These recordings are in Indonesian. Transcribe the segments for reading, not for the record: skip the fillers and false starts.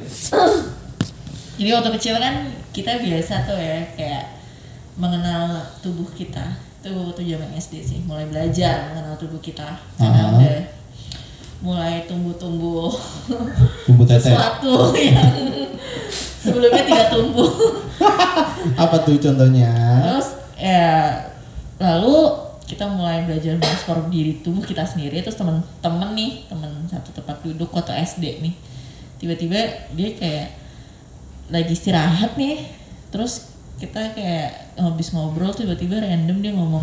Jadi waktu kecil kan kita biasa tuh ya kayak mengenal tubuh kita. Itu waktu zaman SD sih, mulai belajar mengenal tubuh kita. Karena udah mulai tumbuh sesuatu yang sebelumnya tidak tumbuh. Apa tuh contohnya? Terus ya lalu kita mulai belajar mengeksplor diri tubuh kita sendiri. Terus temen satu tempat duduk waktu SD nih, tiba-tiba dia kayak lagi istirahat nih, terus kita kayak habis ngobrol tiba-tiba random dia ngomong,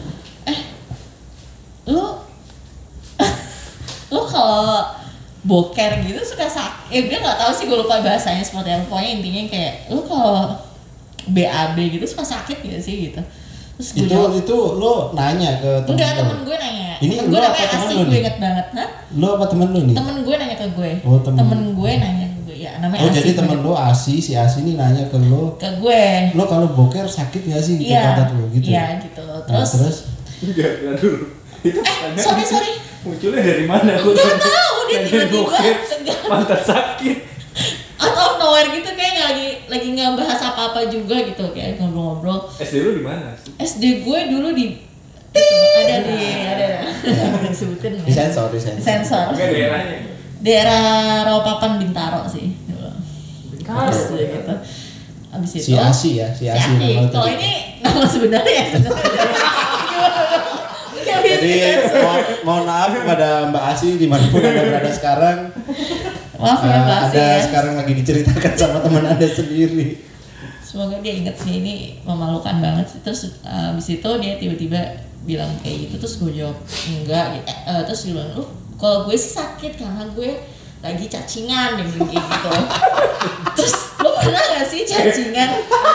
lu kalau boker gitu suka sakit, dia nggak tahu sih, gue lupa bahasanya seperti apa, pokoknya intinya kayak lu kalau BAB gitu suka sakit gitu sih gitu. Terus gue itu lo nanya ke temen? Enggak, temen gue nanya. Ini temen gue lo apa namanya temen asik, lo gue nih? inget banget. Hah? Lo apa temen lo nih? Temen gue nanya ke gue. Oh, temen gue nanya ke gue, ya namanya Oh asik. jadi temen lo si Asi nih nanya ke lo. Ke gue. Lo kalau boker sakit gak sih? Iya. Kata lo gitu. Iya gitu. Terus. Enggak dulu. Itu Sorry. Munculnya dari mana? Enggak tahu, dia tiba-tiba tegang. Pantat sakit. Out of nowhere gitu, kayak lagi nggak bahas apa-apa juga gitu, kayak ngobrol-ngobrol. SD lu di mana sih? SD gue dulu di ada disebutin Di sensor. Enggak daerahnya. Daerah Rawapapan Bintaro sih dulu. Bintaro gitu. Abis itu Si Asi ya, si Asi. Kalau ini nama sebenarnya Jadi mohon maaf kepada Mbak Asi dimanapun Anda berada sekarang. Maaf ya Mbak Asi Anda ya. sekarang lagi diceritakan sama teman Anda sendiri. Semoga dia inget sih, ini memalukan banget sih. Terus abis itu dia tiba-tiba bilang kayak gitu, terus gue jawab enggak gitu. Terus dia bilang, lu kalau gue sih sakit karena gue lagi cacingan, dia bilang kayak gitu. Terus lu pernah gak sih cacingan?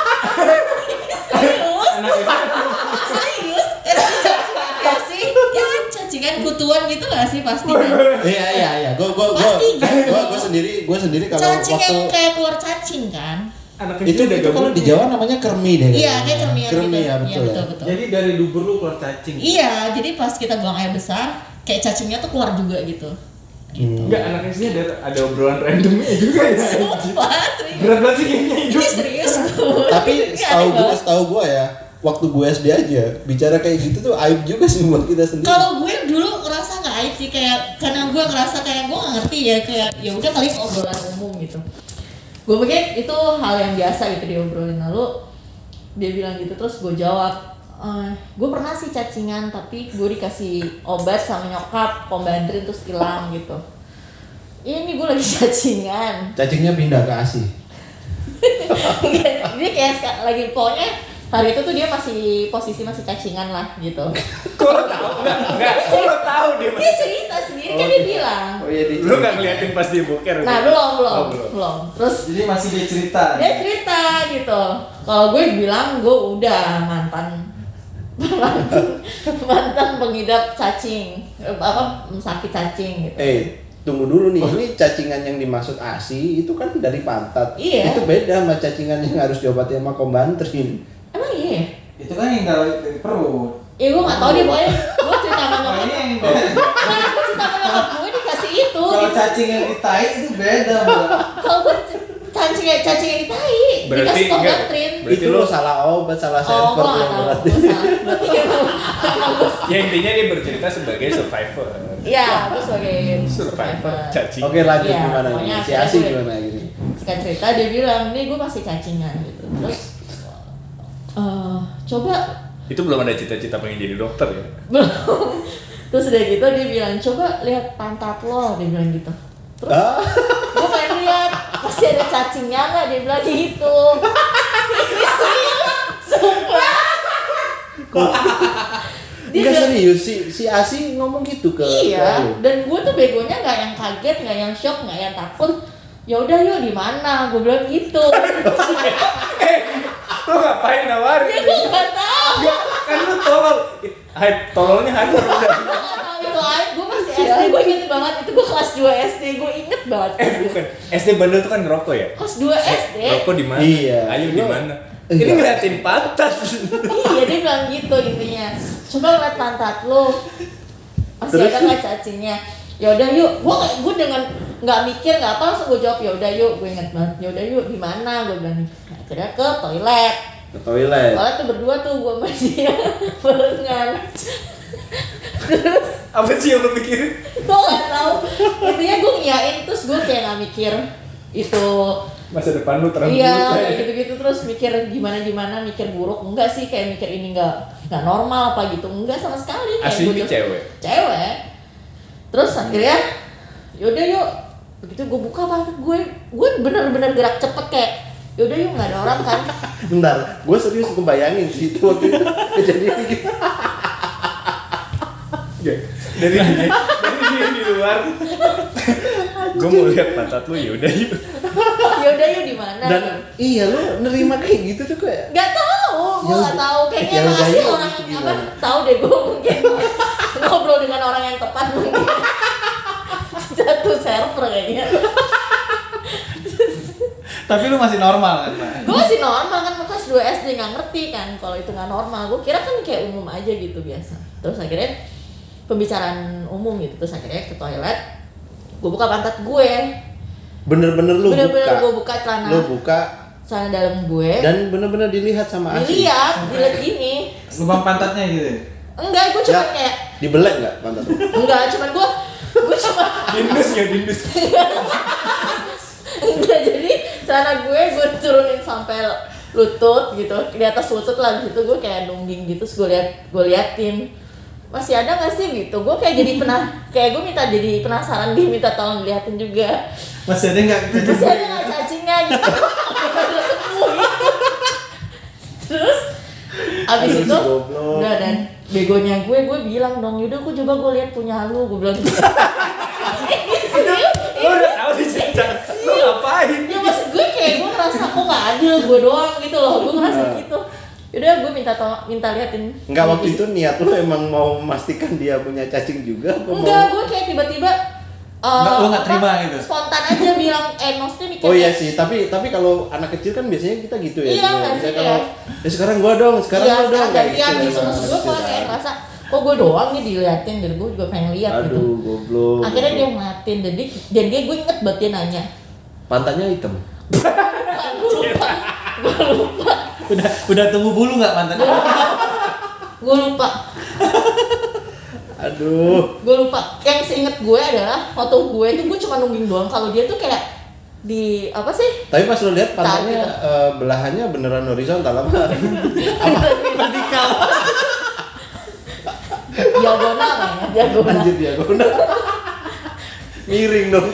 Serius? Gak sih? Ya kan cacingan kutuan gitu gak sih pasti kan? Iya. Gue sendiri kalau Cacing waktu yang kayak keluar cacing kan? itu kalau di Jawa namanya kermi deh. Iya, kayak kermi gitu. ya, Betul. betul. Jadi dari dubur lu keluar cacing. Iya, jadi pas kita buang air besar, kayak cacingnya tuh keluar juga gitu. Enggak, anak SD ada obrolan randomnya juga ya. Sumpah, serius. Berat banget sih kayaknya hidup. Ini serius gue. Tapi Ini aneh setahu gue ya, waktu gue SD aja bicara kayak gitu tuh aib juga sih buat kita sendiri. Kalau gue dulu ngerasa nggak aib sih, kayak karena gue ngerasa kayak gue nggak ngerti ya, kayak ya udah kali obrolan umum gitu. Gue pikir itu hal yang biasa gitu diobrolin. Lalu dia bilang gitu, terus gue jawab, gue pernah sih cacingan, tapi gue dikasih obat sama nyokap, pembandrin terus hilang gitu. Ini gue lagi cacingan. Cacingnya pindah ke ASI. Dia kayak lagi, pokoknya hari itu tuh dia posisi masih cacingan lah gitu. Kok lo tahu? Enggak. Kok lo tahu dia? Dia cerita sendiri kan, dia bilang. Oh iya, Lu enggak ngeliatin pas dia boker. Nah, belum. Terus Jadi masih dia cerita. dia cerita gitu. Kalau gue bilang gue udah mantan pengidap cacing, sakit cacing gitu. Tunggu dulu nih, ini cacingan yang dimaksud ASI itu kan dari pantat. Iya. Itu beda sama cacingan yang harus diobati sama kombantrin. Emang iya? Itu kan yang dari perut. Gue nggak tahu deh, pokoknya gue cerita sama nyokap. Ini yang Gue cerita sama nyokap gue dikasih itu. kalau cacing yang di tai itu beda, Mbak. Kalau gue cacing yang di tai, dikasih kombantrin. Itu lo salah obat, salah server gue yang nggak tahu. berarti. Berarti emang Ya intinya dia bercerita sebagai survivor. iya, gue sebagai Survivor cacing. Oke, lanjut Iya, gimana pokoknya nih? Si akhirnya ASI gue- gimana gini? Singkat cerita dia bilang, nih gue masih cacingan gitu. Terus coba Itu belum ada cita-cita pengen jadi dokter ya? belum. Terus udah gitu dia bilang, coba lihat pantat lo, dia bilang gitu. Terus gue pengen lihat pasti ada cacingnya nggak, dia bilang gitu. Ini serius, sumpah. Dia Enggak bilang, serius si ASI ngomong gitu ke iya, lu. dan gue tuh begonya nggak yang kaget, nggak yang shock, nggak yang takut. Ya udah yuk di mana, gue bilang gitu. Lu ngapain nawarin? Ya gue nggak tahu. Enggak, kan lu tolol. Tololnya hancur udah. Gue nggak tahu itu aja. Gue masih SD, gue inget banget itu, gue kelas 2 SD, gue inget banget. Bukan. SD bandel tuh kan ngerokok ya? Kelas 2 SD. Rokok di mana? Iya. Ayo di Lu- mana? Iya. Ini ngeliatin pantat. Iya, dia bilang gitu intinya. Coba lihat pantat lo, masih Terus? ada nggak cacingnya? Ya udah yuk. Gue dengan nggak mikir nggak apa langsung gue jawab ya udah yuk, gue inget banget ya udah yuk di mana gue bilang. Nah, akhirnya ke toilet tuh berdua tuh gue sama dia barengan. Terus Apa sih yang lu pikirin? gue nggak tahu, intinya gue ngiyain terus gue kayak nggak mikir itu Masa depan lu terang iya bulat, kayak gitu-gitu, terus mikir gimana mikir buruk enggak sih, kayak mikir ini nggak normal apa gitu, enggak sama sekali. Kayak Asli gua ini tuh- cewek. Terus akhirnya yaudah yuk, begitu gue buka pantat gue bener-bener gerak cepet kayak yaudah yuk, nggak ada orang kan. Bentar, gue serius kebayangin sih itu waktu itu kejadian gitu. Ya, dari dia di luar. Gue mau lihat pantat lu, ya udah yuk. Yaudah yuk di mana? Dan iya lu nerima kayak gitu tuh kayak Nggak tahu, gue Ya nggak udah. tahu. Kayaknya Ya udah makasih yuk, orang gitu apa gimana? tahu deh gue mungkin ngobrol dengan orang yang tepat mungkin jatuh server kayaknya. Tapi lu masih normal kan, Pak? Gue masih normal kan, kelas 2 SD nggak ngerti kan kalau itu nggak normal. Gue kira kan kayak umum aja gitu biasa. Terus akhirnya pembicaraan umum gitu, terus akhirnya ke toilet, gue buka pantat gue, bener-bener lu bener-bener buka. gue buka Lu buka celana dalam gue, dan bener-bener dilihat sama Asih. dilihat gini. Lubang pantatnya gitu. Enggak, gue cuma Ya, kayak dibelek nggak pantat lu? enggak, cuman gue cuma Dindus. enggak, jadi celana gue turunin sampai lutut gitu, di atas lutut lah gitu. Gue kayak nungging gitu, terus gue liatin masih ada nggak sih gitu. Gue kayak jadi kayak gue minta jadi penasaran, dia minta tolong diliatin juga Masih ada nggak? masih ada nggak cacingnya gitu. Udah sembuh gitu. Terus abis Aduh, itu si goblok. udah, dan begonya gue bilang dong, yaudah gue coba gue lihat punya lu, gue bilang gitu. Lu udah tahu dicacak. Lu ngapain? Ya maksud gue kayak gue ngerasa kok nggak adil gue doang gitu loh, gue ngerasa gitu. Yaudah gue minta liatin. Enggak, waktu itu niat lu emang mau memastikan dia punya cacing juga apa mau? Enggak, gue kayak tiba-tiba Lu nggak terima gitu? spontan aja bilang, maksudnya mikir Oh iya kayak, sih, tapi kalau anak kecil kan biasanya kita gitu ya. Iya, Dia- nggak dia sih, kalau, kayak- sekarang gua dong, sekarang iya, gua dong sekarang kayak gantian gitu. gitu. emang Maksud anak gue kecil kayak kan. ngerasa kok gue doang nih diliatin, dan gue juga pengen lihat gitu. Aduh, goblok. Akhirnya dia ngeliatin, dan dia gue inget banget dia nanya. Pantatnya hitam. Gue lupa. Udah tumbuh bulu nggak pantatnya? Gue lupa. Aduh. Yang seinget gue adalah foto gue itu gue cuma nungging doang, kalau dia tuh kayak di apa sih? Tapi pas lu lihat pantatnya Tadi. belahannya beneran horizontal apa? Vertikal. Diagonal kan ya, diagonal. Lanjut ya, gua miring dong.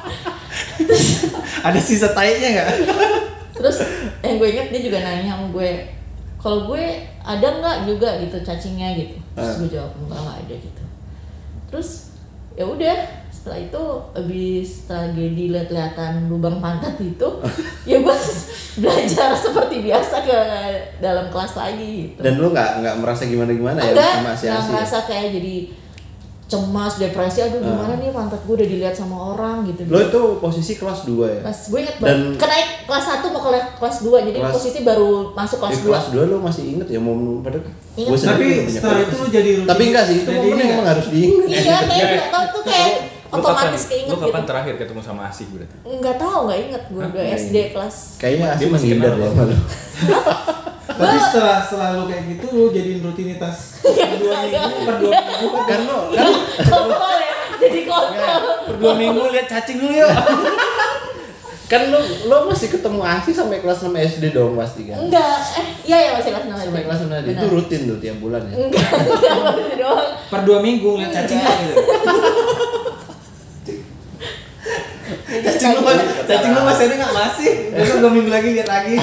Ada sisa taiknya nggak? Terus yang gue inget dia juga nanya sama gue, kalau gue ada nggak juga gitu cacingnya gitu. Terus gue jawab nggak ada gitu. Terus ya udah, setelah itu abis tragedi lihat-lihatan lubang pantat itu, ya gue belajar seperti biasa ke dalam kelas lagi gitu. Dan lu nggak merasa gimana ya Enggak, sama si nggak Asih? ngerasa kayak jadi cemas, depresi, aduh gimana nih pantat gue udah dilihat sama orang gitu. Lo itu posisi kelas 2 ya? Kelas, gue inget Dan- banget, kenaik kelas 1 mau ke kelas 2, jadi Kelas- posisi baru masuk kelas Di 2. kelas 2 lo masih inget ya mau padahal Ingat. gua sendiri Tapi udah punya setelah kelas. itu lu jadi rutin. Tapi enggak sih, itu Jadi momen ini emang nggak? harus diingat. Iya, kayak gak tau tuh kayak Lu otomatis keinget Lu kapan gitu. terakhir ketemu sama Asih berarti? Enggak tahu, enggak inget gue udah Nggak SD inget. kelas. Kayaknya Dia Asih masih menghindar kenal ya lo. sama lu. Tapi setelah lu kayak gitu lu jadiin rutinitas per 2 minggu Kan lo kan Kontrol ya, jadi kontrol. per 2 minggu lihat cacing dulu yuk. kan lo masih ketemu Asih sampai kelas 6 SD dong pasti kan? Enggak, iya ya masih kelas 6 SD. Sampai kelas 6 SD itu rutin tuh tiap bulan ya. Enggak, masih doang. Per 2 minggu lihat cacingnya gitu. Cacing lu masih ada nggak? Masih. Besok 2 minggu lagi lihat lagi.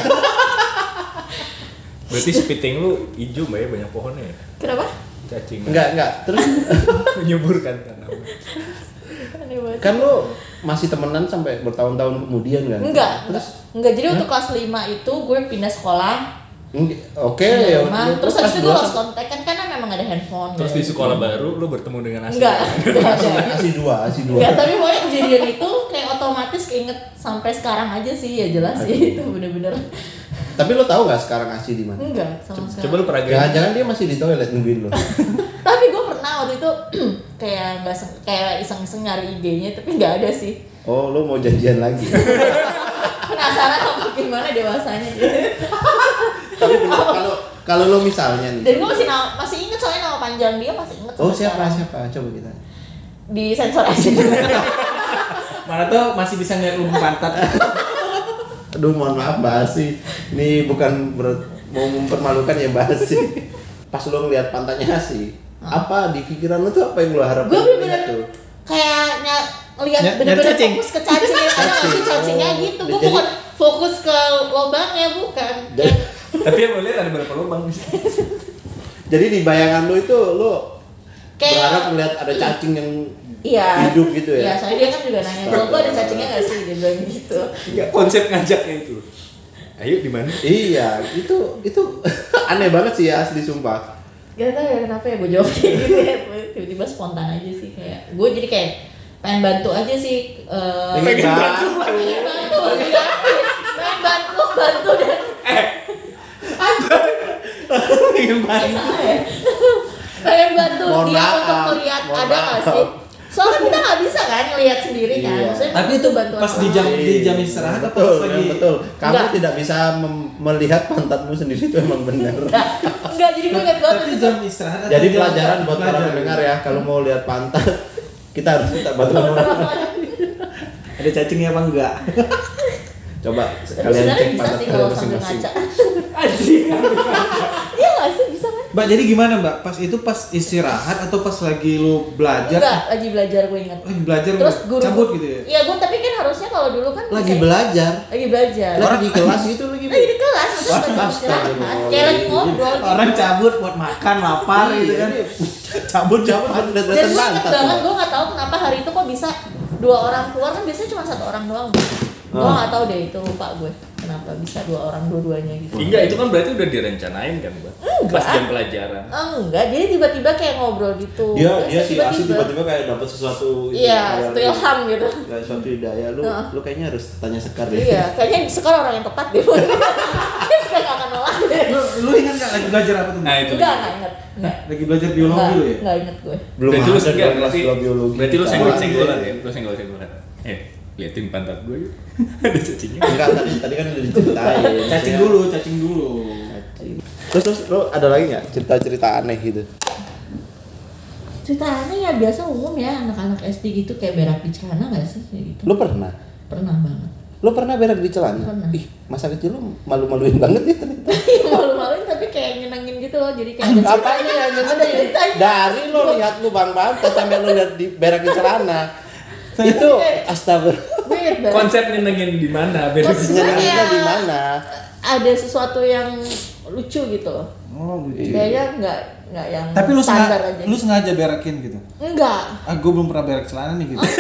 Berarti spitting lu hijau mbak ya, banyak pohonnya ya? Kenapa? Cacing. Enggak. Terus Menyuburkan tanaman. Aneh banget. kan lo masih temenan sampai bertahun-tahun kemudian kan? Enggak, jadi untuk kelas 5 itu gue pindah sekolah. Oke Pindah ya. rumah. udah. Terus Kelas habis itu gue dua lost kontak kan, karena memang ada handphone. Terus di sekolah baru lu bertemu dengan Asih. Enggak ada. Asih 2. Enggak, tapi pokoknya kejadian itu kayak otomatis keinget sampai sekarang aja sih, ya jelas sih itu bener-bener. Tapi lo tahu nggak sekarang Asih di mana? Enggak, sama sekali. Coba lu pernah Jangan-jangan dia masih di toilet nungguin lo. Tapi gue pernah waktu itu kayak nggak kayak iseng-iseng nyari IG-nya, tapi nggak ada sih. Oh, lo mau janjian lagi. Penasaran apa gimana dewasanya gitu. Tapi benar kalau lo misalnya nih. Dan gue masih inget soalnya nama panjang dia, masih inget. Oh, sampai siapa? sekarang. Coba kita. Di sensor aja. Mana tuh masih bisa ngeliat lubang pantat. Aduh, mohon maaf Basi. Ini bukan mau mempermalukan ya Basi. Pas lo ngeliat pantatnya sih, apa di pikiran lo tuh apa yang lo harapkan? Gue bener-bener tuh? kayak lihat Nyari bener-bener cacing. fokus ke cacing, ada nggak sih cacingnya Oh, gitu. Gue jadi- bukan fokus ke lubangnya, bukan. Jadi- Tapi yang lo lihat ada berapa lubang di sini? Jadi di bayangan lo itu lo Kayak- berharap melihat ada cacing yang Iya. hidup gitu ya? Iya, soalnya dia kan juga nanya, kalau gue ada cacingnya nggak sih, dia bilang gitu. Enggak, konsep ngajaknya itu. Ayo di mana? Iya, itu aneh banget sih ya asli sumpah. Gak tau ya kenapa ya gue jawab kayak gitu ya, tiba-tiba spontan aja sih kayak gue jadi kayak pengen bantu aja sih. Pengen bantu. Pengen bantu, pengen bantu dan Pengen bantu. salah ya. Pengen bantu Mohon dia maaf, untuk melihat mohon ada nggak maaf. sih. Soalnya kita nggak bisa kan ngelihat sendiri kan. Iya. Maksudnya Tapi itu bantuan pas orang. di jam istirahat apa betul, pas lagi? betul. Kamu Enggak. tidak bisa melihat pantatmu sendiri itu emang benar. Enggak, jadi gue ingat banget Tapi itu. jam istirahat atau Jadi jam pelajaran buat para pelajaran? pendengar ya, kalau mau lihat pantat kita harus minta bantuan orang. Ada cacingnya apa enggak? Coba Tapi kalian sebenarnya cek bisa pantat sih kalian kalau sambil masing-masing. ngaca. Iya nggak sih, bisa kan? Mbak, jadi gimana Mbak? Pas istirahat atau pas lagi lu belajar? Enggak, lagi belajar gue ingat. Lagi belajar Terus lu guru cabut gitu ya? Iya, gue tapi kan harusnya kalau dulu kan Lagi bisa- belajar. Lagi belajar. Lagi di kelas itu lagi. Lagi di kelas, terus Wah, lagi istirahat. astagfirullah. Kayak lagi ngobrol gitu. Orang cabut buat makan, lapar gitu kan. Cabut Cabut cabut. udah Dan datang gue inget pantat. banget, Wak. gue gak tahu kenapa hari itu kok bisa 2 orang keluar, kan biasanya cuma 1 orang doang. Gue gak tahu deh, itu lupa gue kenapa bisa 2 orang dua-duanya gitu. Enggak, itu kan berarti udah direncanain kan, Mbak? Enggak. Pas jam pelajaran. Enggak, jadi tiba-tiba kayak ngobrol gitu. Dia Terus si Asi tiba-tiba kayak dapat sesuatu Iya, satu ilham gitu. Kayak suatu hidayah lu kayaknya harus tanya Sekar deh. Iya, kayaknya sekarang orang yang tepat deh. Saya gak akan nolak deh. Lu ingat enggak lagi belajar apa tuh? Nah, itu. Enggak inget. Enggak. Lagi belajar biologi lu ya? Enggak inget gue. Belum Berarti lu ada enggak, kelas berarti, biologi. berarti lu Sama. senggol-senggolan ya? Lu senggol-senggolan. Liatin pantat gue yuk. Ada cacingnya. Enggak, tadi kan udah diceritain. Cacing Maksudnya- dulu, cacing dulu. Terus lu ada lagi nggak cerita-cerita aneh gitu? Cerita aneh ya biasa umum ya, anak-anak SD gitu kayak berak di celana gak sih kayak gitu. Lu pernah? Pernah banget. Lu pernah berak di celana? Pernah. Ih, masa kecil lu malu-maluin banget ya ternyata. Malu-maluin tapi kayak nyenengin gitu loh, jadi kayak ada Apa ini ya? Ada ceritanya. Dari lu lihat lubang pantat sampai lu lihat di berak di celana. Itu astagfirullah. Weird banget. Konsep nyenengin di mana? Beda Konsep- Nyenenginnya di mana? Ada sesuatu yang lucu gitu loh. Oh, gitu. Kayaknya nggak yang Tapi lu standar sengaja, aja. lu sengaja berakin gitu? Enggak. Gue belum pernah berak celana nih gitu.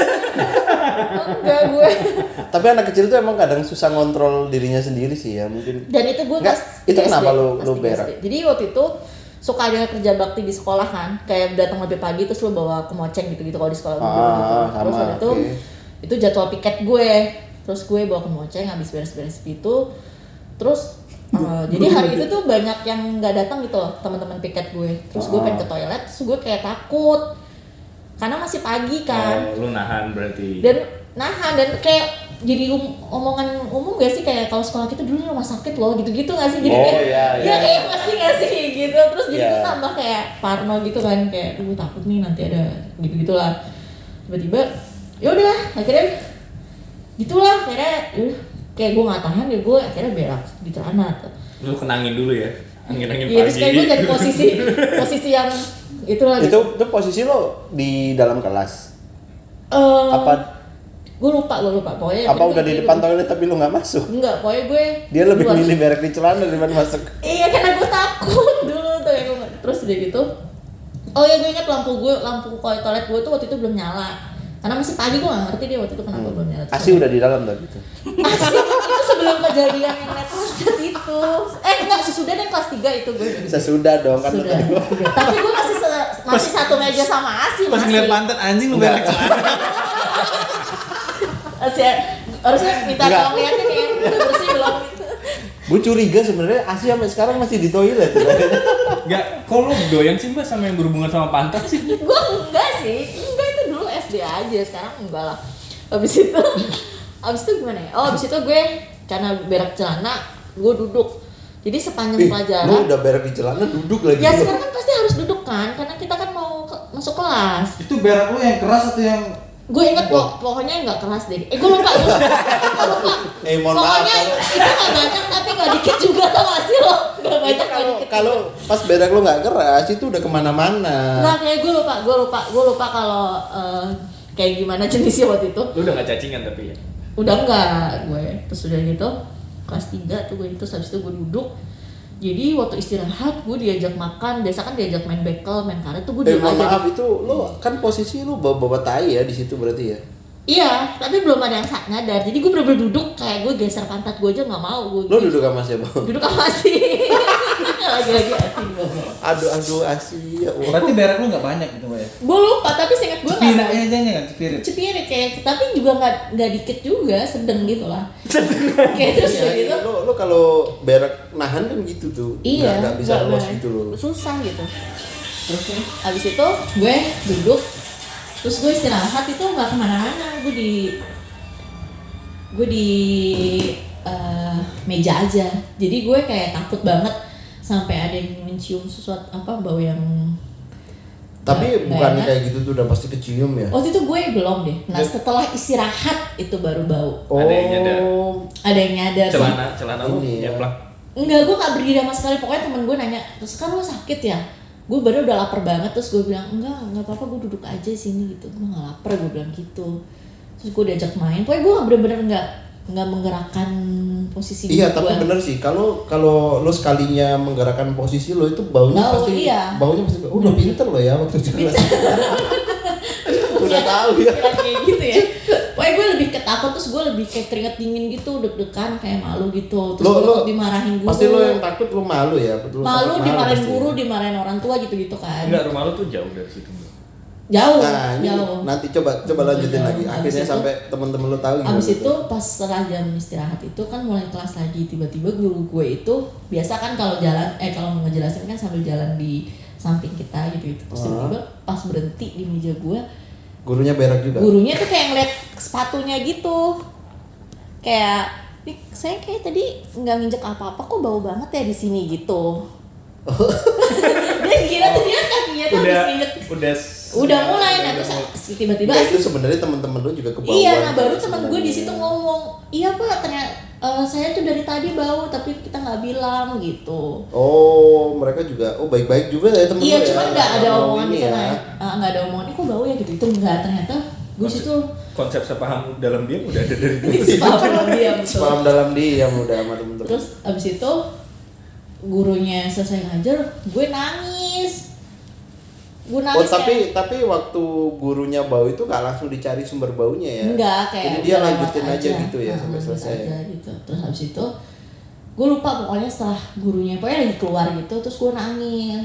Enggak gue. Tapi anak kecil tuh emang kadang susah ngontrol dirinya sendiri sih ya, mungkin. Dan itu gue Enggak, pas itu di kenapa SD, lu pas di berak? SD. Jadi waktu itu suka ada kerja bakti di sekolah kan, kayak datang lebih pagi terus lu bawa kemoceng gitu-gitu kalau di sekolah gue dulu gitu. Terus sama, waktu itu oke. itu jadwal piket gue. Terus gue bawa kemoceng habis beres-beres gitu. Terus jadi hari itu tuh banyak yang nggak datang gitu loh, teman-teman piket gue. Terus gue pengen ke toilet, terus gue kayak takut karena masih pagi kan. Oh, lu nahan berarti. Dan nahan dan kayak jadi omongan umum gak sih kayak kalau sekolah kita dulu rumah sakit loh gitu-gitu gak sih, jadi Oh, kayak iya, ya iya. kayak pasti gak sih gitu, terus jadi Iya. gue tambah kayak parno gitu kan, kayak gue takut nih nanti ada gitu-gitulah. Tiba-tiba ya udah akhirnya gitulah, akhirnya yaudah, kayak gue nggak tahan ya, gue akhirnya berak di celana. Lu kenangin dulu ya. Angin-angin Iya, pagi. terus kayak gue dari posisi yang itulah gitu. Itu posisi lo di dalam kelas. Eh, Apa gue lupa pokoknya apa udah di depan toilet tapi lu nggak masuk? enggak, pokoknya gue Dia lebih keluar. milih berak di celana daripada masuk. Iya, karena gue takut dulu tuh ya. Terus udah gitu, oh ya gue ingat lampu toilet gue tuh waktu itu belum nyala karena masih pagi, gue gak ngerti dia waktu itu kenapa belum nyala. Asi udah di dalam tadi itu. Asi itu sebelum kejadian yang naik kelas itu. Enggak, sesudah dan kelas 3 itu gue. Sesudah dong kan. Sudah. Tapi gue masih satu meja sama Asi. Pas ngeliat pantat anjing lu berak celana. Harusnya minta Enggak. tolong liatin ya, udah bersih belum. Gue curiga sebenarnya Asi sampai sekarang masih di toilet. Enggak, kok lu doyan sih Mbak sama yang berhubungan sama pantat sih? Gue enggak sih, enggak, itu dulu SD aja, sekarang enggak lah. Abis itu gimana ya? Oh, abis itu gue karena berak celana, gue duduk. Jadi sepanjang pelajaran. Lu udah berak di celana duduk lagi. Ya sekarang kan pasti harus duduk kan, karena kita kan mau masuk kelas. Itu berak lu yang keras atau yang Gue inget pokoknya nggak keras deh. Gue lupa. Mohon maaf Pokoknya itu nggak banyak tapi nggak dikit juga, tau gak sih lo? Nggak banyak nggak dikit. kalau pas berak lu nggak keras itu udah kemana-mana. Nggak, kayak gue lupa kalau kayak gimana jenisnya waktu itu. Lu udah gak cacingan tapi ya? Udah enggak gue. Terus udah gitu kelas 3 tuh gue itu, habis itu gue duduk. Jadi waktu istirahat gue diajak makan, biasa kan diajak main bekel, main karet tuh gue diem aja. Maaf itu lu kan posisi lu bawa tai ya di situ berarti ya? Iya, tapi belum ada yang nyadar. Jadi gue bener-bener duduk kayak gue geser pantat gue aja nggak mau. Gue Lu duduk sama siapa? duduk sama Asi. Lagi-lagi Asi gue. Aduh Asi ya. berarti berak lu nggak banyak gitu Mbak ya? Gue lupa, tapi seinget gue Cepirit nggak aja kan, cepirit. cepirit kayak, tapi juga nggak dikit juga, sedang gitu lah. Kayak terus Iya, udah gitu. lu kalau berak nahan kan gitu tuh. Iya, Nggak bisa nggak los boleh. gitu loh. Susah gitu. Terus abis itu gue duduk, terus gue istirahat itu nggak kemana-mana, gue di meja aja. Jadi gue kayak takut banget sampai ada yang mencium sesuatu bau yang Tapi nggak bukan enak. kayak gitu tuh udah pasti kecium ya. Waktu itu gue belum deh. Nah setelah istirahat itu baru bau. Ada yang nyadar. Ada yang nyadar sih. Celana lu Ini ya. nyeplak. Enggak, gue gak berdiri sama sekali. Pokoknya temen gue nanya, terus kan lo sakit ya? Gue baru udah lapar banget. Terus gue bilang, enggak apa-apa, gue duduk aja sini gitu. Gue gak lapar, gue bilang gitu. Terus gue diajak main. Pokoknya gue bener-bener nggak menggerakkan posisi Iya, gue. tapi bener sih. Kalau lo sekalinya menggerakkan posisi lo itu baunya Bau, pasti iya. baunya pasti. Udah pinter lo ya waktu itu kelas. Udah tahu ya. Kayak gitu ya. Pokoknya gue lebih ketakut, terus gue lebih kayak keringet dingin gitu, deg-degan kayak malu gitu. Terus gue takut dimarahin guru. Pasti lo yang takut, lo malu ya. Betul. Malu, Takut dimarahin pasti. guru, dimarahin orang tua gitu-gitu kan. Enggak, rumah lu tuh jauh dari situ. Jauh, Nah, ini jauh. nanti coba lanjutin Jauh. lagi. Abis Akhirnya itu- sampai teman-teman lo tahu gimana Abis tuh. itu pas setelah jam istirahat itu kan mulai kelas lagi, tiba-tiba guru gue itu biasa kan kalau jalan kalau mau ngejelasin kan sambil jalan di samping kita gitu. Terus tiba-tiba pas berhenti di meja gue, gurunya berak juga. gurunya tuh kayak ngeliat sepatunya gitu. Kayak, "Nih, saya kayak tadi nggak nginjek apa-apa kok bau banget ya di sini gitu." Dia kira tuh dia kakinya tuh habis nginjek. Udah mulai, nah terus tiba-tiba Nah, itu sebenarnya teman-teman lo juga kebauan. iya, nah baru gitu teman gue di situ ngomong, "Iya Pak, ternyata saya tuh dari tadi bau tapi kita nggak bilang gitu." Oh, mereka juga baik-baik juga ya temen Iya, lo ya. cuma nggak ada Mau omongan ini gitu ya. kan, nggak ada omongan, "Kok bau ya?" gitu. Itu nggak, ternyata gue situ Konsep sepaham dalam diam udah ada dari dulu. sepaham dia betul. Paham dalam diam udah sama temen-temen. Terus abis itu gurunya selesai ngajar, gue nangis. Gue Oh, nangis tapi waktu gurunya bau itu nggak langsung dicari sumber baunya ya? enggak, kayak Jadi dia udah lanjutin lewat aja gitu ya sampai lanjut selesai. aja gitu. Terus habis itu gue lupa pokoknya setelah gurunya pokoknya lagi keluar gitu, terus gue nangis.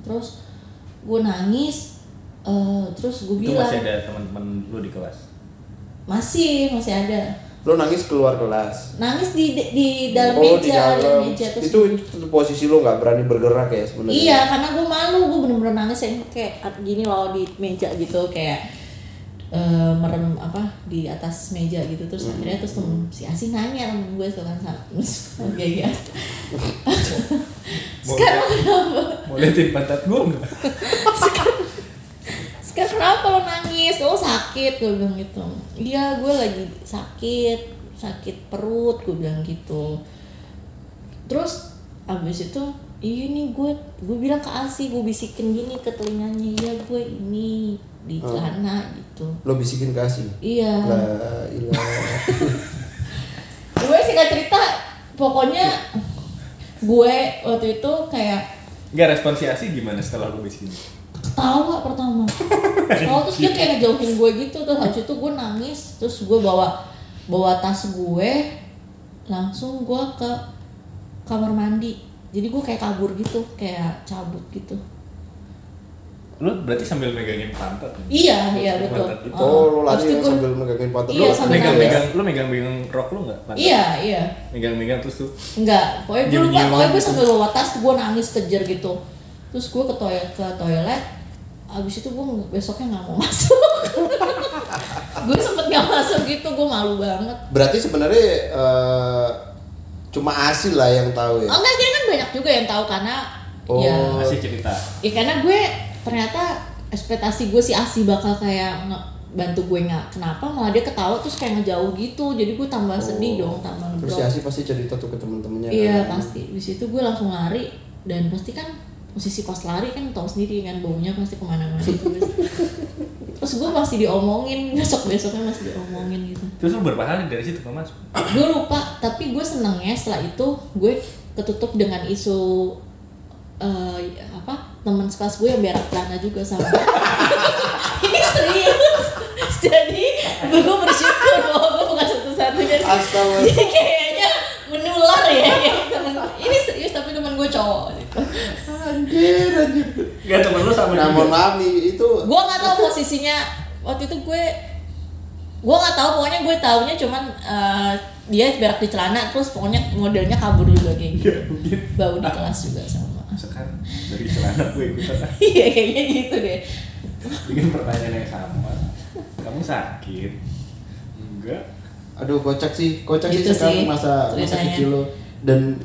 Terus gue Itu bilang masih ada teman-teman lu di kelas. masih ada. Lo nangis keluar kelas. Nangis di dalam Di meja, dalam. terus Itu posisi lo nggak berani bergerak ya sebenarnya. iya, karena gue malu, gue bener-bener nangis yang kayak gini loh di meja gitu, kayak merem di atas meja gitu. Terus akhirnya terus si Asi nanya temen gue tuh kan kayak gitu. Sekarang kenapa? Mau liatin pantat gua enggak? Sekarang kenapa lo nangis? Oh sakit, gue bilang gitu. Iya, gue lagi sakit perut, gue bilang gitu. Terus abis itu nih gue bilang ke Asi, gue bisikin gini ke telinganya, "Iya gue ini di celana gitu." Lo bisikin kasih. Iya. La ilah. Gue singkat cerita, pokoknya gue waktu itu kayak Enggak, respon si Asi gimana setelah lu bisikin? ketawa pertama. Ketawa terus dia kayak ngejauhin gue gitu. Terus habis itu gue nangis. Terus gue bawa tas gue, langsung gue ke kamar mandi. Jadi gue kayak kabur gitu, kayak cabut gitu. Lu berarti sambil megangin pantat? Iya betul. Pantat itu. Oh, lo Habis lari itu gua- sambil megangin pantat. Iya, Lo sambil Megang rok lu enggak? Iya. Megang terus tuh. Enggak, pokoknya gue lupa, Nyium-nyium pokoknya gue gitu. sambil bawa tas, gue nangis kejar gitu. Terus gue ke toilet, abis itu gue besoknya nggak mau masuk. Gue sempet nggak masuk gitu, gue malu banget. Berarti sebenarnya cuma Asi lah yang tahu ya? Enggak, jadi kan banyak juga yang tahu karena Masih cerita. ya karena gue ternyata ekspektasi gue si Asi bakal kayak bantu gue nggak, kenapa malah dia ketawa terus kayak ngejauh gitu, jadi gue tambah sedih dong, tambah Terus si Asi pasti cerita tuh ke temen-temennya. iya kan? pasti. Di situ gue langsung lari dan pasti kan posisi pas lari kan tahu sendiri kan baunya pasti kemana-mana gitu. Terus gue masih diomongin, besoknya masih diomongin gitu. Terus lu berapa hari dari situ nggak masuk? Gue lupa, tapi gue senengnya setelah itu gue ketutup dengan isu teman sekelas gue yang berak celana juga sama. Ini serius. Jadi gue bersyukur bahwa gue bukan satu-satunya. Astaga. Jadi kayaknya menular ya kayak temen. Ini serius tapi temen gue cowok gitu. Anjir. Gak temen lu sama Nah, mohon maaf nih, itu Gue nggak tahu posisinya waktu itu gue nggak tahu, pokoknya gue taunya cuman dia berak di celana terus pokoknya modelnya kabur juga kayak gitu. Bau di kelas juga sama. Sekarang dari celana gue ikutan. Iya kayaknya gitu deh. Bikin pertanyaan yang sama. Kamu sakit? Enggak. aduh kocak sih Gitu sekarang sih, masa ceritanya. kecil lo. Dan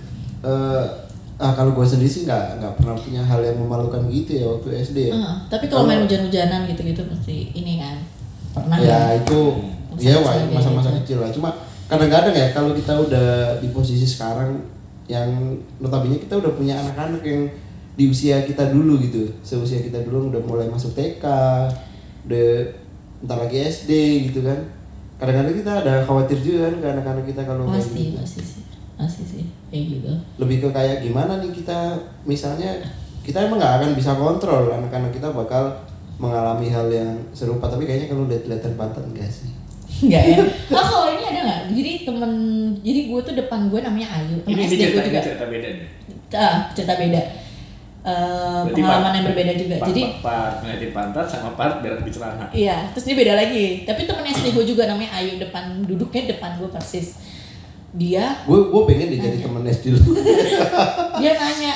kalau gue sendiri sih nggak pernah punya hal yang memalukan gitu ya waktu SD ya. Tapi kalau main hujan-hujanan gitu-gitu pasti ini kan pernah Ya itu Masa ya kecil kayak masa-masa gitu. kecil lah. Cuma kadang-kadang ya kalau kita udah di posisi sekarang yang notabene kita udah punya anak-anak yang di usia kita dulu gitu, seusia kita dulu udah mulai masuk TK, udah entar lagi SD gitu kan. Kadang-kadang kita ada khawatir juga kan ke anak-anak kita kalau kayak gitu. pasti sih kayak gitu. Lebih ke kayak gimana nih kita, misalnya kita emang nggak akan bisa kontrol anak-anak kita bakal mengalami hal yang serupa, tapi kayaknya kalau lihat-lihatan pantat enggak sih. Enggak ya. Oh kalau ini ada nggak? Jadi gue tuh depan gue namanya Ayu. Temen Ini SD gue juga. cerita beda nih. Cerita beda. Berarti Pengalaman yang berbeda juga. Jadi part ngeliatin pantat sama part berak di celana. iya, terus dia beda lagi. Tapi temen SD gue juga namanya Ayu, duduknya depan gue persis. Dia Gue pengen deh jadi Nanya. temen SD dulu. dia nanya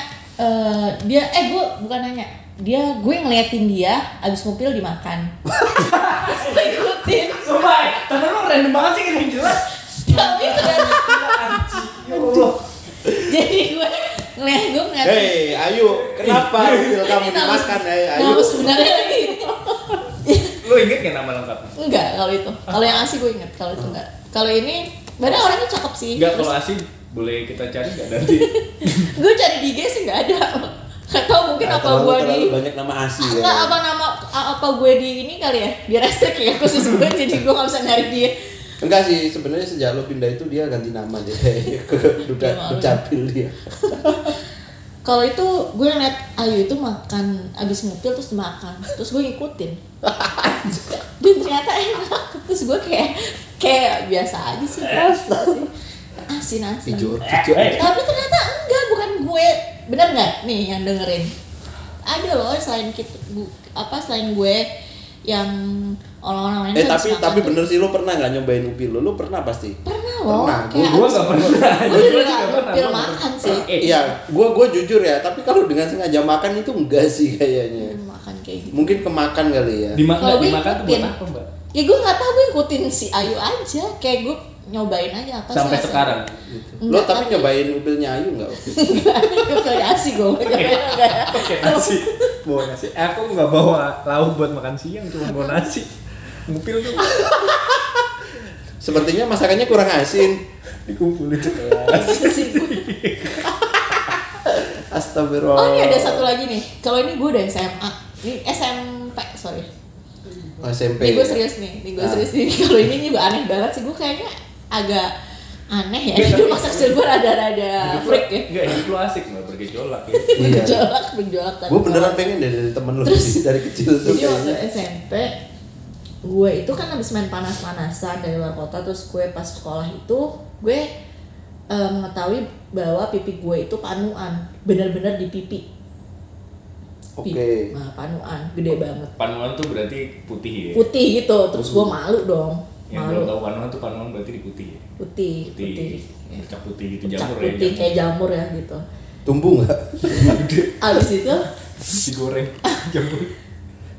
gue bukan nanya. Gue ngeliatin dia abis ngupil dimakan. Terus gue ikutin. Sumpah, temen lu random banget sih yang jelas. Tapi ternyata Ya Allah. jadi gue ngeliat Hei, Ayu, kenapa mobil kamu dimakan ya, Ayu? Nama sebenarnya lagi. Lu inget gak nama lengkapnya? Enggak kalau itu. Kalau yang asli gue inget, kalau itu enggak. Kalau ini padahal orangnya cakep sih. Enggak, kalau asli boleh kita cari gak nanti? Gue cari di IG sih enggak ada. Gak tau mungkin apa gue di banyak nama asli enggak ya. apa gue di ini kali ya, biar restrik ya khusus gue jadi gue nggak bisa nyari dia. Enggak sih, sebenarnya sejak lo pindah itu dia ganti nama aja ke Dukcapil dia. Kalau itu gue ngeliat Ayu itu makan abis ngupil terus makan, terus gue ngikutin. Dan ternyata enak, terus gue kayak biasa aja sih. Asin. Hijau. Tapi ternyata enggak, bukan gue. Bener nggak nih yang dengerin? Ada loh selain selain gue yang orang-orang lain habis makan tapi tuh. bener sih, lo pernah nggak nyobain upil lo? Lo pernah pasti. Pernah loh. Pernah. Kayak Gua abis- gak pernah. Gue Gua juga juga pernah. upil makan sih. Iya, gue jujur ya. Tapi kalau dengan sengaja makan itu enggak sih kayaknya. Makan kayak gitu. Mungkin kemakan kali ya. Kalau gue Dimakan tuh buat ikutin. apa, Mbak? Ya gue nggak tahu, gue ikutin si Ayu aja. Kayak gue nyobain aja apa Sampai sih sekarang. Lo Enggak, tapi nyobain upilnya Ayu nggak? variasi gue Oke, nasi. Bawa nasi. Aku nggak bawa lauk buat makan siang, cuma bawa nasi. Ngupil tuh Sepertinya masakannya kurang asin. dikumpulin sekelas. Astagfirullah. Oh ini ada satu lagi nih. Kalau ini gue udah SMA. Ini SMP, sorry. SMP. Ini gue serius nih. Kalau ini juga aneh banget sih. Gue kayaknya agak aneh ya. Dulu masa kecil gue rada-rada freak ya. Enggak, hidup lu asik nggak bergejolak ya. Iya. Bergejolak. Gue beneran pengen deh dari temen lo dari kecil tuh Jadi waktu kayaknya. SMP gue itu kan habis main panas-panasan dari luar kota, terus gue pas sekolah itu gue mengetahui bahwa pipi gue itu panuan, benar-benar di pipi. Oke. Nah, panuan gede banget, Panuan tuh berarti putih ya. putih gitu, terus gue malu dong, Yang belum malu. tahu panuan tuh panuan berarti di putih ya. Putih. Bercak putih gitu, Bercak jamur putih ya. kayak jamur ya gitu. Tumbuh nggak? Abis itu Digoreng jamur.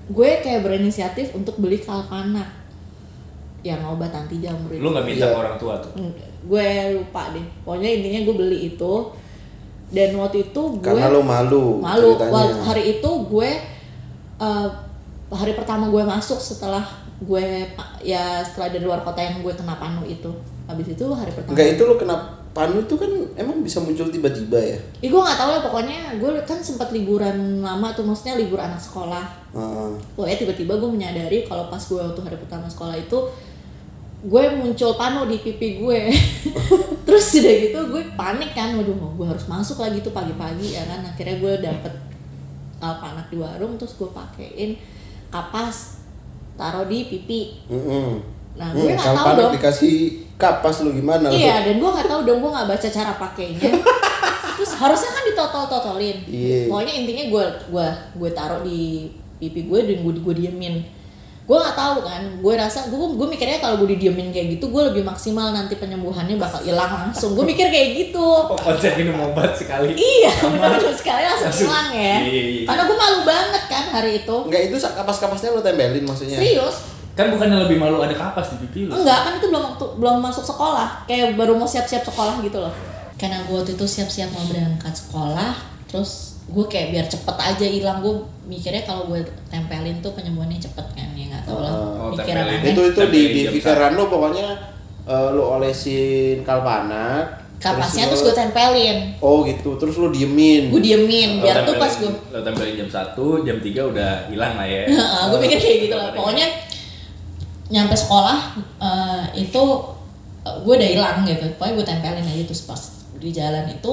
gue kayak berinisiatif untuk beli Kalpana yang obat anti jamur itu. Lu nggak minta Iya. ke orang tua tuh? Gue lupa deh, pokoknya intinya gue beli itu. Dan waktu itu gue Karena lo malu ceritanya. Hari itu gue hari pertama gue masuk setelah setelah dari luar kota yang gue kena panu itu. Habis itu hari pertama. Enggak, itu lo kena panu itu kan emang bisa muncul tiba-tiba ya? Gue nggak tahu lah, pokoknya gue kan sempat liburan lama tuh, maksudnya libur anak sekolah. Pokoknya tiba-tiba gue menyadari kalau pas gue waktu hari pertama sekolah itu gue muncul panu di pipi gue. Terus udah gitu gue panik kan, waduh gue harus masuk lagi tuh pagi-pagi ya kan. Akhirnya gue dapet Kalpanak di warung, terus gue pakein kapas, taruh di pipi. Nah gue nggak tahu dong. Dikasih kapas lu gimana? Iya, dan gue nggak tahu dong, gue nggak baca cara pakainya. Terus harusnya kan ditotol-totolin. Iya. Pokoknya intinya gue taruh di pipi gue dan gue diemin. Gue nggak tahu kan, gue rasa gue mikirnya kalau gue didiemin kayak gitu gue lebih maksimal, nanti penyembuhannya bakal hilang langsung. Gue mikir kayak gitu. Oh, konsep minum obat sekali. Iya, benar sekali langsung hilang ya. Iya. Karena gue malu banget kan hari itu. Enggak, itu kapas-kapasnya lu tempelin maksudnya? Serius? Kan bukannya lebih malu ada kapas di pipi lu? Enggak, kan itu belum masuk sekolah. Kayak baru mau siap-siap sekolah gitu loh. Karena gue waktu itu siap-siap mau berangkat sekolah, terus gue kayak biar cepet aja hilang. Gue mikirnya kalau gue tempelin tuh penyembuhannya cepet kan, ya nggak tahu lah. Oh, Pikiran tempelin. aneh. Itu Tempelin di jam pikiran lu pokoknya lu olesin Kalpanak. Kapasnya terus gue tempelin. Oh gitu, terus lu diemin. Gue diemin biar tuh pas gue. Lo tempelin jam 1, jam 3 udah hilang lah ya. Gue pikir kayak gitu lah. Pokoknya nyampe sekolah itu gue udah hilang gitu. Pokoknya gue tempelin aja terus pas di jalan itu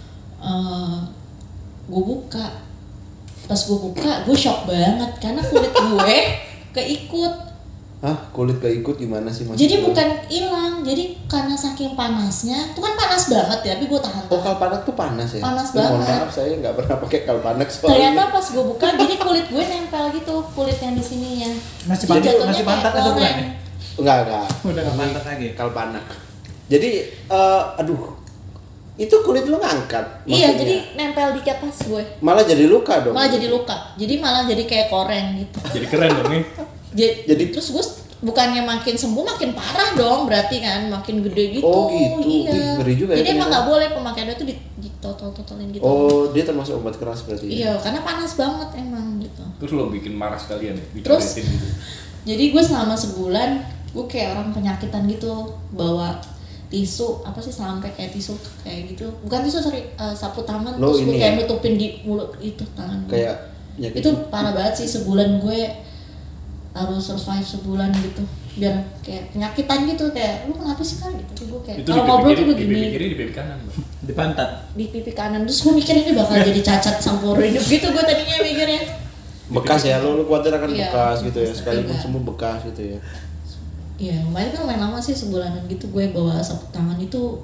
gue buka. Pas gue buka, gue shock banget karena kulit gue keikut. Hah? Kulit keikut gimana sih maksudnya? Jadi bukan hilang, jadi karena saking panasnya, itu kan panas banget ya, tapi gue tahan. Oh, Kalpanak tuh panas ya? Panas Mohon banget. maaf, saya nggak pernah pakai Kalpanak Ternyata soalnya. pas gue buka, jadi kulit gue nempel gitu, kulit yang di sininya. Masih Jadi pantat, jatuhnya masih kayak pantat atau bukan koreng. ya? Enggak. Udah nggak pantat lagi. Kalpanak. Jadi, aduh, itu kulit lu ngangkat. Iya, maksudnya. jadi nempel di kapas gue. Malah jadi luka dong. Malah jadi luka, jadi malah jadi kayak koreng gitu. Jadi keren dong nih. Jadi Terus gue bukannya makin sembuh makin parah dong, berarti kan makin gede gitu. Oh, gitu. Iya. Ih, ngeri juga ya Jadi emang ternyata. nggak boleh pemakaiannya tuh ditotol-totolin gitu. Oh, dia termasuk obat keras berarti. Iya, karena panas banget emang gitu. Terus lo bikin marah sekalian ya? Terus? Dicoretin gitu. Jadi gue selama sebulan gue kayak orang penyakitan gitu, bawa tisu apa sih, sampai kayak tisu kayak gitu, bukan tisu, sorry, sapu tangan. Lo terus gue ini kayak ya? nutupin di mulut itu tangan gue. Kayak penyakit. Itu parah banget sih, sebulan gue harus survive sebulan gitu biar kayak penyakitan gitu, kayak lu kenapa sih kan gitu. Gue kayak Itu kalau ngobrol tuh di pipi begini kiri, di pipi kanan. Bang. Di pantat. di pipi kanan, terus gue mikir ini bakal jadi cacat seumur hidup gitu, gue tadinya mikirnya. bekas ya, lu khawatir akan Iya, bekas gitu ya, bekas sekalipun juga. sembuh bekas gitu ya. Iya, lumayan kan, lumayan lama sih, sebulanan gitu gue bawa sapu tangan itu.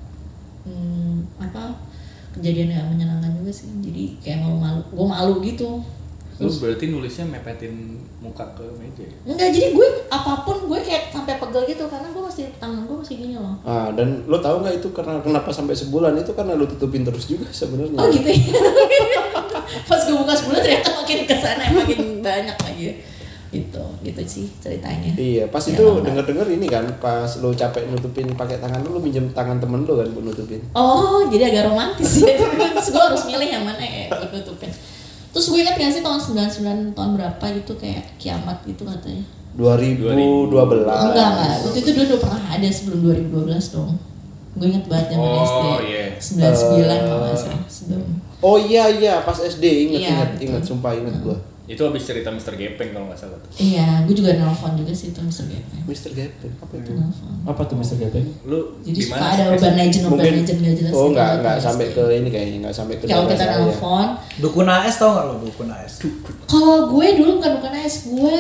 Kejadian yang menyenangkan juga sih, jadi kayak malu-malu, gue malu gitu. Lu berarti nulisnya mepetin muka ke meja ya? Enggak, jadi gue apapun gue kayak sampai pegel gitu karena gue masih, tangan gue masih gini loh. Dan lo tahu nggak itu karena kenapa sampai sebulan itu karena lo tutupin terus juga sebenarnya. Oh gitu ya. Pas gue buka sebulan ternyata makin kesana makin banyak lagi. Gitu sih ceritanya. Iya, pas Ya, itu lama. denger ini kan, pas lo capek nutupin pakai tangan lo minjem tangan temen lo kan buat nutupin. Oh, jadi agak romantis ya. Terus gue harus milih yang mana ya gue tutupin. Terus gue ingat gak sih tahun 99 tahun berapa gitu, kayak kiamat gitu katanya. 2012. Enggak. Waktu itu dulu pernah ada sebelum 2012 dong. Gue inget banget zaman Oh, SD. iya. 99 kalau nggak salah sebelum. Oh iya, pas SD Iya, betul. inget, sumpah inget gua. Itu habis cerita Mr. Gepeng kalau nggak salah tuh. Iya, gue juga nelfon juga sih itu Mr. Gepeng. Mr. Gepeng apa itu? Nelfon. Apa tuh Mr. Gepeng? Lu Jadi suka gimana? ada urban legend Mungkin- nggak jelas. Oh gitu nggak waktu sampai SD. ke ini kayaknya, nggak sampai ke Kalau daerah kita saya. nelfon, Dukun AS tau nggak lo dukun AS? kalau gue dulu bukan AS, gue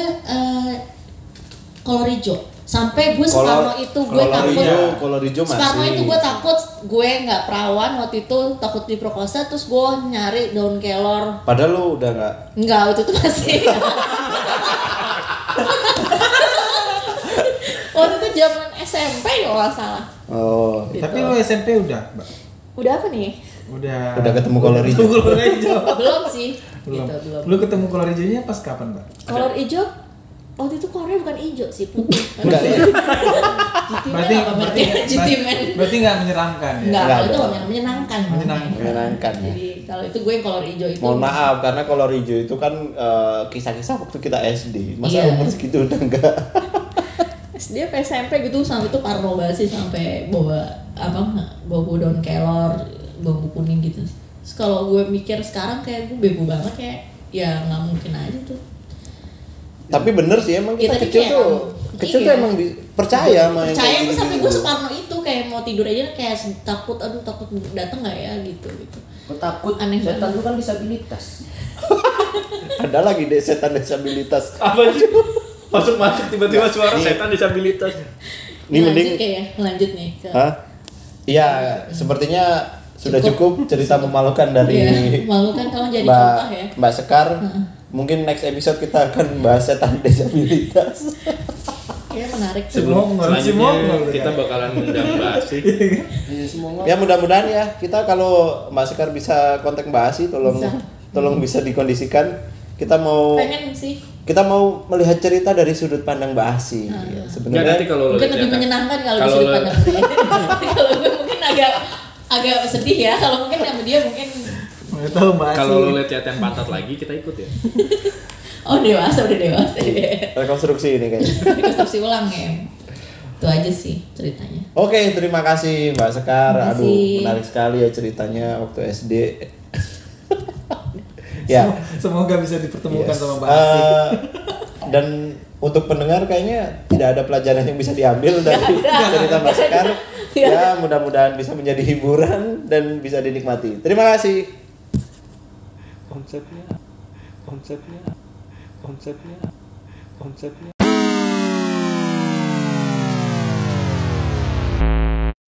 kolor hijau. Sampai gue Soekarno itu gue takut. Kolor hijau masih. Soekarno itu gue takut, gue nggak perawan waktu itu, takut diperkosa, terus gue nyari daun kelor. Padahal lo udah nggak. Enggak, waktu itu masih. Waktu itu zaman SMP kalau nggak salah. Oh. Gitu. Tapi lo SMP udah, Mbak. Udah apa nih? Udah ketemu kolor hijau. Kolor hijau. Belum sih. Belum. Gitu, belum. Lu ketemu kolor hijaunya pas kapan, Mbak? Kolor hijau waktu itu kolornya bukan hijau sih, putih. Enggak. Berarti berarti nggak menyeramkan ya? enggak, Enggak itu dong. menyenangkan. Menyenangkan ya. Jadi kalau itu gue yang kolor hijau itu. Mohon maaf karena kolor hijau itu kan kisah-kisah waktu kita SD. Masa Iya. umur segitu udah enggak. Dia SMP gitu sampai itu parno banget sih, sampai bawa daun kelor, bambu kuning gitu. Terus kalau gue mikir sekarang kayak gue bego banget, kayak ya nggak mungkin aja tuh. Tapi bener sih emang kita Iya, tapi kecil kayak tuh iya. tuh emang percaya sama yang Percaya kayak tuh sampai gitu. gue separno itu, kayak mau tidur aja kayak takut datang nggak ya gitu. Gue takut Aneh setan banget. itu kan disabilitas. Ada lagi deh setan disabilitas. Apa sih? Masuk tiba-tiba suara setan disabilitas. Ini mending lanjut nih ke Hah? Iya, sepertinya sudah cukup cerita memalukan dari memalukan, kalau jadi contoh ya. Mbak Sekar. Mungkin next episode kita akan bahas setan disabilitas. Kayaknya menarik sih. Sebelum Semua selanjutnya kita bakalan undang Mbak Asih. Iya semua. Ya mudah-mudahan ya kita kalau Mbak Sekar bisa kontak Mbak Asi, tolong bisa dikondisikan. Kita mau Pengen sih. melihat cerita dari sudut pandang Mbak Asi. Ya, Enggak, sebenarnya nanti kalau lo Mungkin lihat lebih ya, menyenangkan kalau kalau disuruh lo- pandang dia. Kalau gue mungkin agak sedih ya. Kalau mungkin sama dia mungkin Nggak tahu, Mbak. kalau lo lihat yang pantat lagi kita ikut ya. udah dewasa. rekonstruksi ini kayaknya. Rekonstruksi ulang ya. Itu aja sih ceritanya. Oke, terima kasih Mbak Sekar. Terima Aduh, kasih. menarik sekali ya ceritanya waktu SD. Ya. Semoga bisa dipertemukan Yes. sama Mbak Asi. Dan untuk pendengar kayaknya tidak ada pelajaran yang bisa diambil dari cerita Mbak Sekar. Ya, mudah-mudahan bisa menjadi hiburan dan bisa dinikmati. Terima kasih. Konsepnya